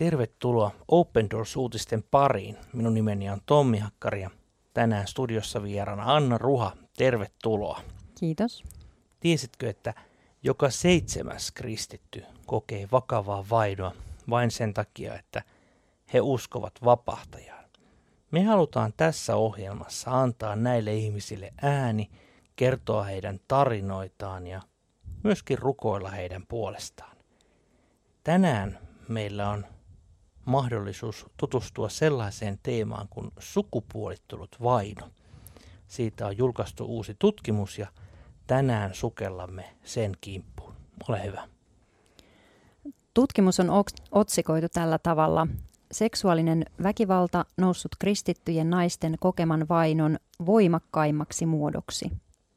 Tervetuloa Open Doors-uutisten pariin. Minun nimeni on Tommi Hakkari ja tänään studiossa vieraana Anna Ruha. Tervetuloa. Kiitos. Tiesitkö, että joka 7. kristitty kokee vakavaa vainoa vain sen takia, että he uskovat vapahtajaan? Me halutaan tässä ohjelmassa antaa näille ihmisille ääni, kertoa heidän tarinoitaan ja myöskin rukoilla heidän puolestaan. Tänään meillä on mahdollisuus tutustua sellaiseen teemaan kuin sukupuolittunut vaino. Siitä on julkaistu uusi tutkimus ja tänään sukellamme sen kimppuun. Ole hyvä. Tutkimus on otsikoitu tällä tavalla: seksuaalinen väkivalta noussut kristittyjen naisten kokeman vainon voimakkaimmaksi muodoksi.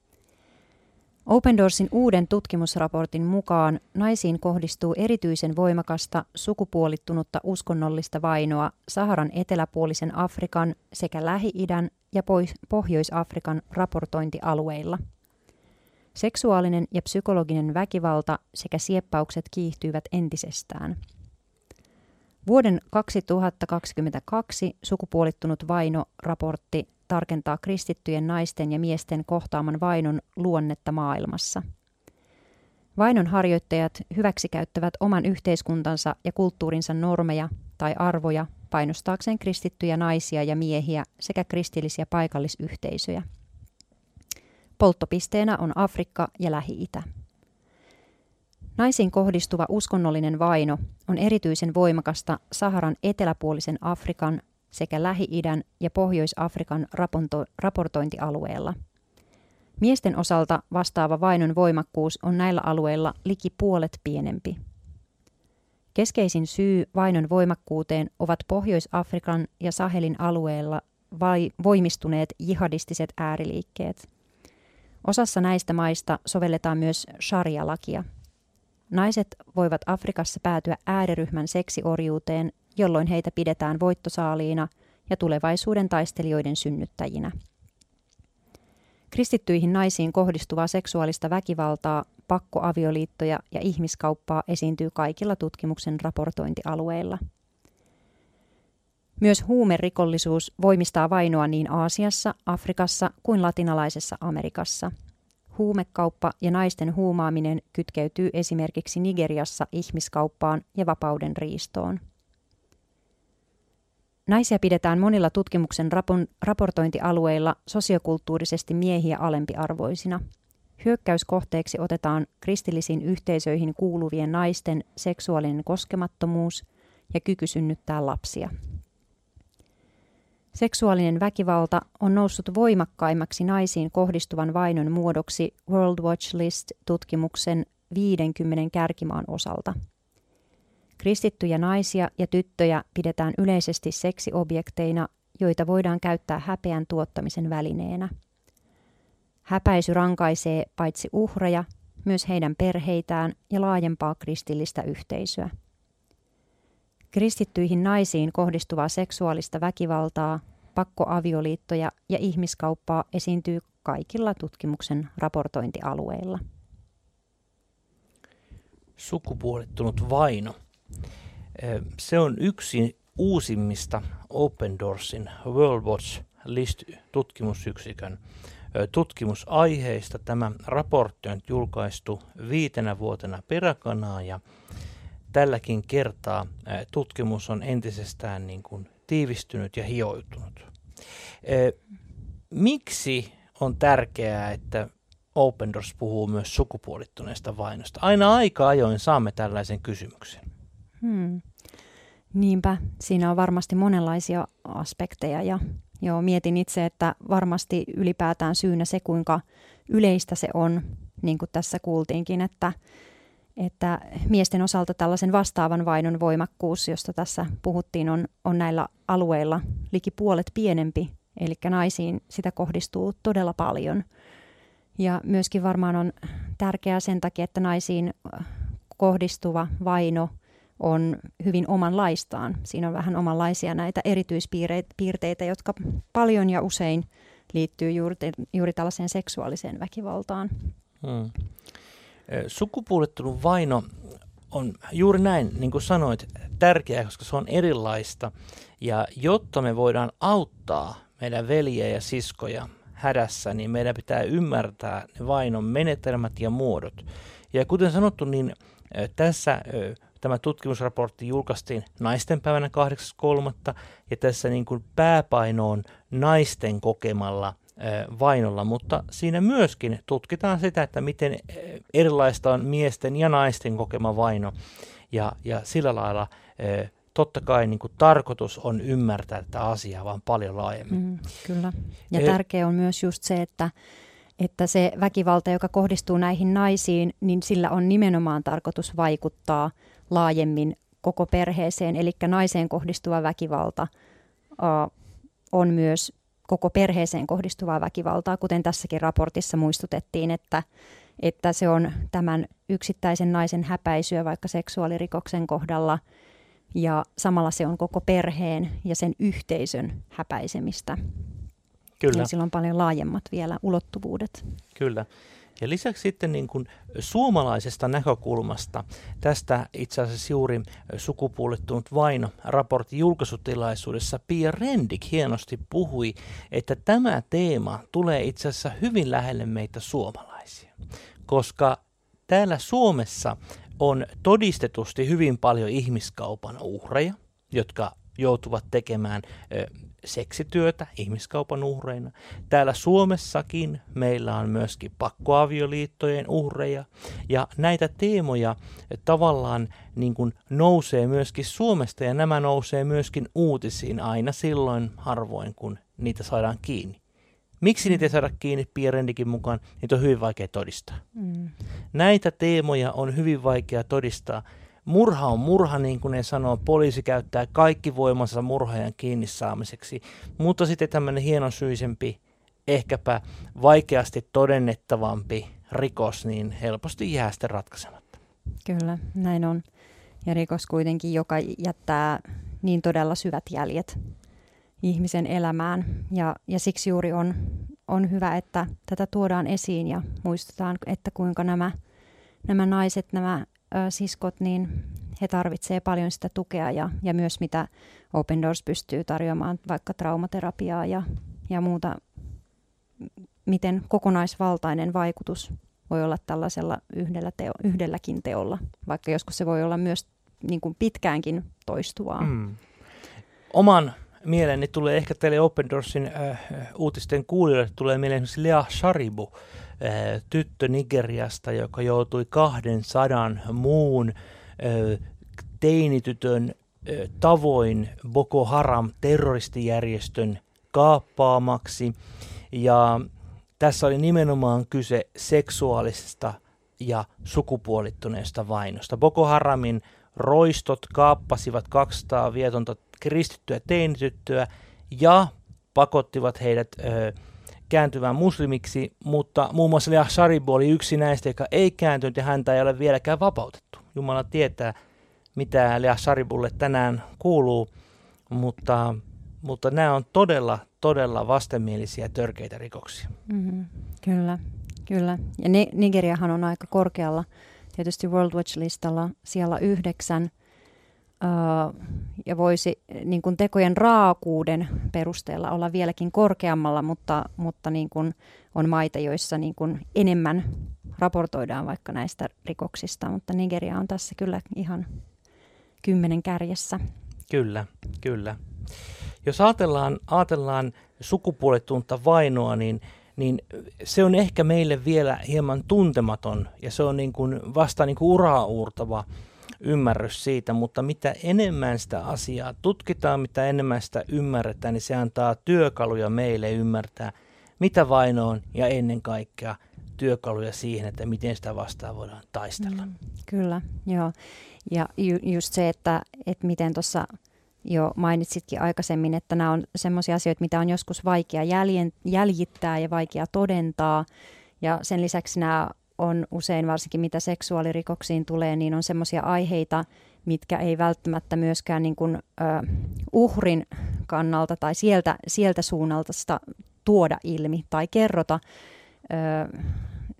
Open Doorsin uuden tutkimusraportin mukaan naisiin kohdistuu erityisen voimakasta sukupuolittunutta uskonnollista vainoa Saharan eteläpuolisen Afrikan sekä Lähi-idän ja Pohjois-Afrikan raportointialueilla. Seksuaalinen ja psykologinen väkivalta sekä sieppaukset kiihtyivät entisestään. Vuoden 2022 sukupuolittunut vaino-raportti tarkentaa kristittyjen naisten ja miesten kohtaaman vainon luonnetta maailmassa. Vainon harjoittajat hyväksikäyttävät oman yhteiskuntansa ja kulttuurinsa normeja tai arvoja painostaakseen kristittyjä naisia ja miehiä sekä kristillisiä paikallisyhteisöjä. Polttopisteenä on Afrikka ja Lähi-itä. Naisiin kohdistuva uskonnollinen vaino on erityisen voimakasta Saharan eteläpuolisen Afrikan sekä Lähi-idän ja Pohjois-Afrikan raportointialueella. Miesten osalta vastaava vainon voimakkuus on näillä alueilla liki puolet pienempi. Keskeisin syy vainon voimakkuuteen ovat Pohjois-Afrikan ja Sahelin alueella voimistuneet jihadistiset ääriliikkeet. Osassa näistä maista sovelletaan myös sharia-lakia. Naiset voivat Afrikassa päätyä ääriryhmän seksiorjuuteen, jolloin heitä pidetään voittosaaliina ja tulevaisuuden taistelijoiden synnyttäjinä. Kristittyihin naisiin kohdistuvaa seksuaalista väkivaltaa, pakkoavioliittoja ja ihmiskauppaa esiintyy kaikilla tutkimuksen raportointialueilla. Myös huumerikollisuus voimistaa vainoa niin Aasiassa, Afrikassa kuin latinalaisessa Amerikassa. Huumekauppa ja naisten huumaaminen kytkeytyy esimerkiksi Nigeriassa ihmiskauppaan ja vapauden riistoon. Naisia pidetään monilla tutkimuksen raportointialueilla sosiokulttuurisesti miehiä alempiarvoisina. Hyökkäyskohteeksi otetaan kristillisiin yhteisöihin kuuluvien naisten seksuaalinen koskemattomuus ja kyky synnyttää lapsia. Seksuaalinen väkivalta on noussut voimakkaimmaksi naisiin kohdistuvan vainon muodoksi World Watch List-tutkimuksen 50 kärkimaan osalta. Kristittyjä naisia ja tyttöjä pidetään yleisesti seksiobjekteina, joita voidaan käyttää häpeän tuottamisen välineenä. Häpäisy rankaisee paitsi uhreja, myös heidän perheitään ja laajempaa kristillistä yhteisöä. Kristittyihin naisiin kohdistuvaa seksuaalista väkivaltaa, pakkoavioliittoja ja ihmiskauppaa esiintyy kaikilla tutkimuksen raportointialueilla. Sukupuolittunut vaino. Se on yksi uusimmista Open Doorsin World Watch List-tutkimusyksikön tutkimusaiheista. Tämä raportti on julkaistu 5 vuotena peräkanaa ja tälläkin kertaa tutkimus on entisestään niin kuin tiivistynyt ja hioitunut. Miksi on tärkeää, että Open Doors puhuu myös sukupuolittuneesta vainosta? Aina aika ajoin saamme tällaisen kysymyksen. Niinpä, siinä on varmasti monenlaisia aspekteja ja mietin itse, että varmasti ylipäätään syynä se, kuinka yleistä se on, niin kuin tässä kuultiinkin, että miesten osalta tällaisen vastaavan vainon voimakkuus, josta tässä puhuttiin, on näillä alueilla liki puolet pienempi, eli naisiin sitä kohdistuu todella paljon. Ja myöskin varmaan on tärkeää sen takia, että naisiin kohdistuva vaino on hyvin omanlaistaan. Siinä on vähän omanlaisia näitä erityispiirteitä, jotka paljon ja usein liittyy juuri tällaiseen seksuaaliseen väkivaltaan. Sukupuolittunut vaino on juuri näin, niin kuin sanoit, tärkeää, koska se on erilaista. Ja jotta me voidaan auttaa meidän veljiä ja siskoja hädässä, niin meidän pitää ymmärtää ne vainon menetelmät ja muodot. Ja kuten sanottu, niin tässä tämä tutkimusraportti julkaistiin naistenpäivänä 8.3. ja tässä niin kuin pääpaino on naisten kokemalla vainolla, mutta siinä myöskin tutkitaan sitä, että miten erilaista on miesten ja naisten kokema vaino. Ja sillä lailla totta kai niin kuin tarkoitus on ymmärtää tätä asiaa vaan paljon laajemmin. Kyllä. Ja tärkeää on myös just se, että se väkivalta, joka kohdistuu näihin naisiin, niin sillä on nimenomaan tarkoitus vaikuttaa laajemmin koko perheeseen. Eli naiseen kohdistuva väkivalta on myös koko perheeseen kohdistuvaa väkivaltaa, kuten tässäkin raportissa muistutettiin, että se on tämän yksittäisen naisen häpäisyä vaikka seksuaalirikoksen kohdalla, ja samalla se on koko perheen ja sen yhteisön häpäisemistä. Kyllä. Ja sillä on paljon laajemmat vielä ulottuvuudet. Kyllä. Ja lisäksi sitten niin kuin suomalaisesta näkökulmasta tästä itse asiassa juuri sukupuolittunut vaino raportin julkaisutilaisuudessa Pia Rendik hienosti puhui, että tämä teema tulee itse asiassa hyvin lähelle meitä suomalaisia, koska täällä Suomessa on todistetusti hyvin paljon ihmiskaupan uhreja, jotka joutuvat tekemään seksityötä ihmiskaupan uhreina. Täällä Suomessakin meillä on myöskin pakkoavioliittojen uhreja, ja näitä teemoja tavallaan niin kuin nousee myöskin Suomesta, ja nämä nousee myöskin uutisiin aina silloin harvoin, kun niitä saadaan kiinni. Miksi niitä ei saada kiinni Pia Rendikin mukaan? Niitä on hyvin vaikea todistaa. Näitä teemoja on hyvin vaikea todistaa. Murha on murha, niin kuin ne sanoo. Poliisi käyttää kaikki voimansa murhaajan kiinni saamiseksi. Mutta sitten tämmöinen hienosyisempi, ehkäpä vaikeasti todennettavampi rikos, niin helposti jää sitten ratkaisematta. Kyllä, näin on. Ja rikos kuitenkin, joka jättää niin todella syvät jäljet ihmisen elämään. Ja siksi juuri on hyvä, että tätä tuodaan esiin ja muistetaan, että kuinka nämä naiset, nämä siskot, niin he tarvitsevat paljon sitä tukea ja myös mitä Open Doors pystyy tarjoamaan, vaikka traumaterapiaa ja muuta, miten kokonaisvaltainen vaikutus voi olla tällaisella yhdelläkin teolla, vaikka joskus se voi olla myös niin kuin pitkäänkin toistuvaa. Oman mieleeni tulee ehkä teille Open Doorsin uutisten kuulijoille tulee mieleen esimerkiksi Leah Sharibu, tyttö Nigeriasta, joka joutui 200 muun teinitytön tavoin Boko Haram terroristijärjestön kaappaamaksi. Ja tässä oli nimenomaan kyse seksuaalisesta ja sukupuolittuneesta vainosta. Boko Haramin roistot kaappasivat 200 vietonta kristittyä teinityttöä ja pakottivat heidät kääntymään muslimiksi, mutta muun muassa Leah Sharibu oli yksi näistä, joka ei kääntynyt, ja häntä ei ole vieläkään vapautettu. Jumala tietää, mitä Leah Sharibulle tänään kuuluu, mutta nämä on todella, todella vastenmielisiä törkeitä rikoksia. Kyllä. Ja Nigeriahan on aika korkealla, tietysti World Watch-listalla siellä 9, ja voisi niin kuin tekojen raakuuden perusteella olla vieläkin korkeammalla, mutta niin kuin on maita, joissa niin kuin enemmän raportoidaan vaikka näistä rikoksista, mutta Nigeria on tässä kyllä ihan 10 kärjessä. Kyllä. Jos ajatellaan sukupuolittunutta vainoa, niin se on ehkä meille vielä hieman tuntematon, ja se on niin kuin vasta niin kuin uraa uurtava ymmärrys siitä, mutta mitä enemmän sitä asiaa tutkitaan, mitä enemmän sitä ymmärretään, niin se antaa työkaluja meille ymmärtää, mitä vaino on, ja ennen kaikkea työkaluja siihen, että miten sitä vastaan voidaan taistella. Kyllä, joo. Ja just se, että miten tuossa jo mainitsitkin aikaisemmin, että nämä on semmoisia asioita, mitä on joskus vaikea jäljittää ja vaikea todentaa, ja sen lisäksi nämä on usein, varsinkin mitä seksuaalirikoksiin tulee, niin on semmoisia aiheita, mitkä ei välttämättä myöskään niin kuin, uhrin kannalta tai sieltä suunnalta sitä tuoda ilmi tai kerrota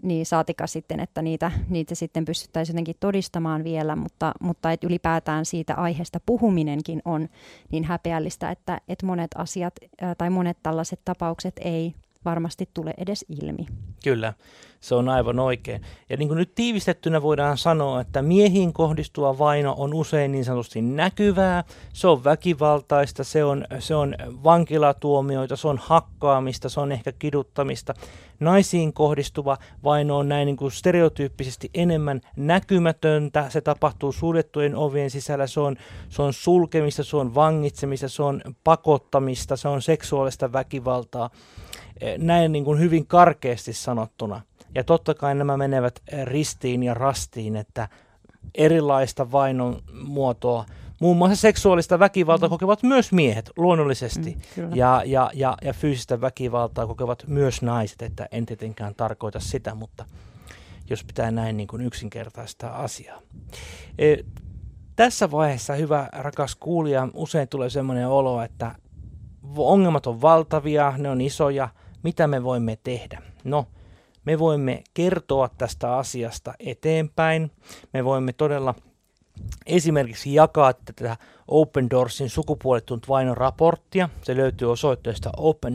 niin saatika sitten, että niitä sitten pystyttäisiin jotenkin todistamaan vielä, mutta et ylipäätään siitä aiheesta puhuminenkin on niin häpeällistä, että monet asiat tai monet tällaiset tapaukset ei varmasti tule edes ilmi. Kyllä, se on aivan oikein. Ja niin kuin nyt tiivistettynä voidaan sanoa, että miehiin kohdistuva vaino on usein niin sanotusti näkyvää, se on väkivaltaista, se on vankilatuomioita, se on hakkaamista, se on ehkä kiduttamista. Naisiin kohdistuva vaino on näin niin kuin stereotyyppisesti enemmän näkymätöntä, se tapahtuu suljettujen ovien sisällä, se on sulkemista, se on vangitsemista, se on pakottamista, se on seksuaalista väkivaltaa. Näin niin kuin hyvin karkeasti sanottuna. Ja totta kai nämä menevät ristiin ja rastiin, että erilaista vainon muotoa, muun muassa seksuaalista väkivaltaa kokevat myös miehet luonnollisesti. Ja fyysistä väkivaltaa kokevat myös naiset, että en tietenkään tarkoita sitä, mutta jos pitää näin niin kuin yksinkertaistaa asiaa. Tässä vaiheessa, hyvä rakas kuulija, usein tulee sellainen olo, että ongelmat on valtavia, ne on isoja. Mitä me voimme tehdä? No, me voimme kertoa tästä asiasta eteenpäin. Me voimme todella esimerkiksi jakaa tätä Open Doorsin sukupuolittunut vainon raporttia. Se löytyy osoitteesta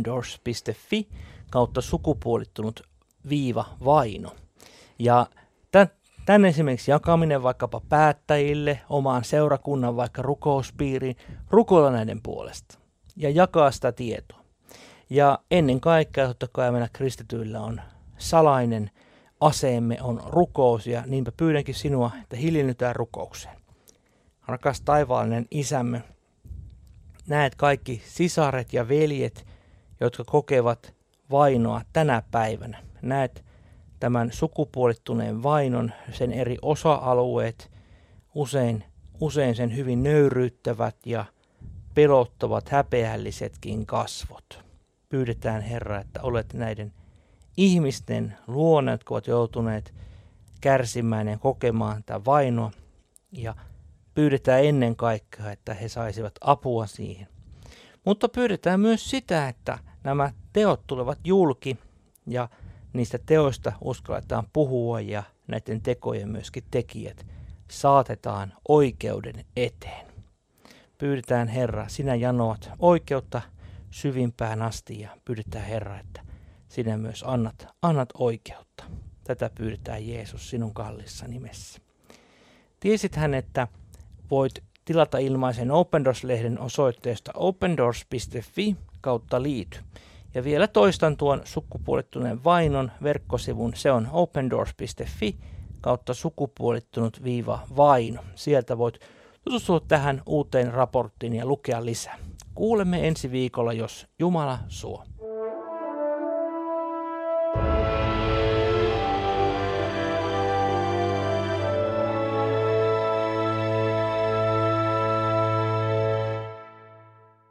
opendoors.fi/sukupuolittunut -vaino. Ja tämän esimerkiksi jakaminen vaikkapa päättäjille, omaan seurakunnan vaikka rukouspiiriin, rukoilla näiden puolesta ja jakaa sitä tietoa. Ja ennen kaikkea totta kai meillä kristityillä on salainen aseemme, on rukous, ja niinpä pyydänkin sinua, että hiljennytään rukoukseen. Rakas taivaallinen Isämme, näet kaikki sisaret ja veljet, jotka kokevat vainoa tänä päivänä. Näet tämän sukupuolittuneen vainon, sen eri osa-alueet, usein sen hyvin nöyryyttävät ja pelottavat, häpeällisetkin kasvot. Pyydetään, Herra, että olet näiden ihmisten luona, jotka ovat joutuneet kärsimään ja kokemaan tätä vainoa. Ja pyydetään ennen kaikkea, että he saisivat apua siihen. Mutta pyydetään myös sitä, että nämä teot tulevat julki ja niistä teoista uskalletaan puhua ja näiden tekojen myöskin tekijät saatetaan oikeuden eteen. Pyydetään, Herra, sinä janoat oikeutta syvimpään asti, ja pyydetään, Herra, että sinä myös annat oikeutta. Tätä pyydetään, Jeesus, sinun kallissa nimessä. Tiesithän, että voit tilata ilmaisen Open Doors-lehden osoitteesta opendoors.fi/liity. Ja vielä toistan tuon sukupuolittuneen vainon verkkosivun. Se on opendoors.fi/sukupuolittunut-vaino. Sieltä voit tutustua tähän uuteen raporttiin ja lukea lisää. Kuulemme ensi viikolla, jos Jumala suo.